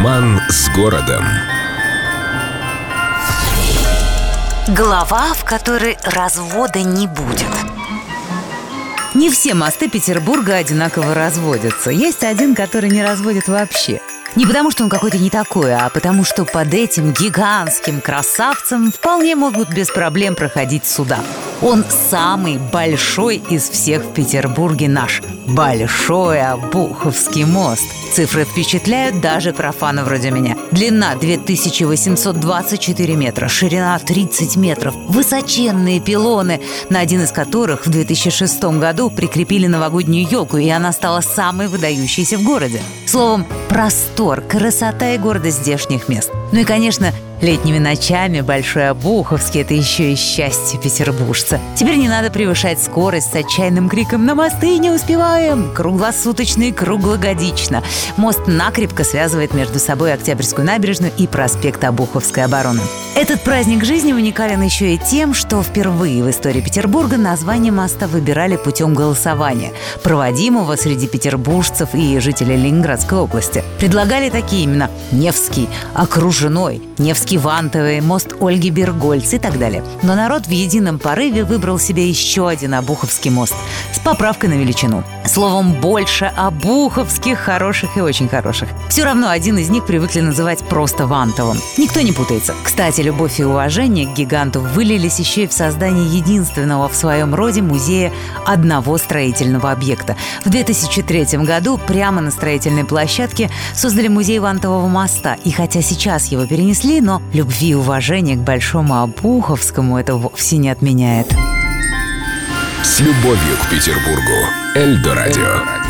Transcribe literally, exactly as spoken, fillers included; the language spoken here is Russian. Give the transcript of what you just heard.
Роман с городом. Глава, в которой развода не будет. Не все мосты Петербурга одинаково разводятся. Есть один, который не разводит вообще. Не потому, что он какой-то не такой, а потому, что под этим гигантским красавцем вполне могут без проблем проходить суда. Он самый большой из всех в Петербурге наш. Большой Обуховский мост. Цифры впечатляют даже профана вроде меня. Длина две тысячи восемьсот двадцать четыре метра, ширина тридцать метров. Высоченные пилоны, на один из которых в две тысячи шестом году прикрепили новогоднюю елку, и она стала самой выдающейся в городе. Словом, простор, красота и гордость здешних мест. Ну и, конечно, летними ночами Большой Обуховский – это еще и счастье петербуржца. Теперь не надо превышать скорость с отчаянным криком «На мосты не успеваем!» Круглосуточно и круглогодично. Мост накрепко связывает между собой Октябрьскую набережную и проспект Обуховской обороны. Этот праздник жизни уникален еще и тем, что впервые в истории Петербурга название моста выбирали путем голосования, проводимого среди петербуржцев и жителей Ленинградской области. Предлагали такие имена: Невский, Окружной, Невский-Вантовый, мост Ольги Бергольц и так далее. Но народ в едином порыве выбрал себе еще один Обуховский мост с поправкой на величину. Словом, больше обуховских хороших и очень хороших. Все равно один из них привыкли называть просто Вантовым. Никто не путается. Кстати, любовь и уважение к гиганту вылились еще и в создание единственного в своем роде музея одного строительного объекта. В две тысячи третьем году прямо на строительной площадке создали музей Вантового моста. И хотя сейчас его перенесли, но любви и уважения к Большому Обуховскому это вовсе не отменяет. С любовью к Петербургу. Эльдо радио.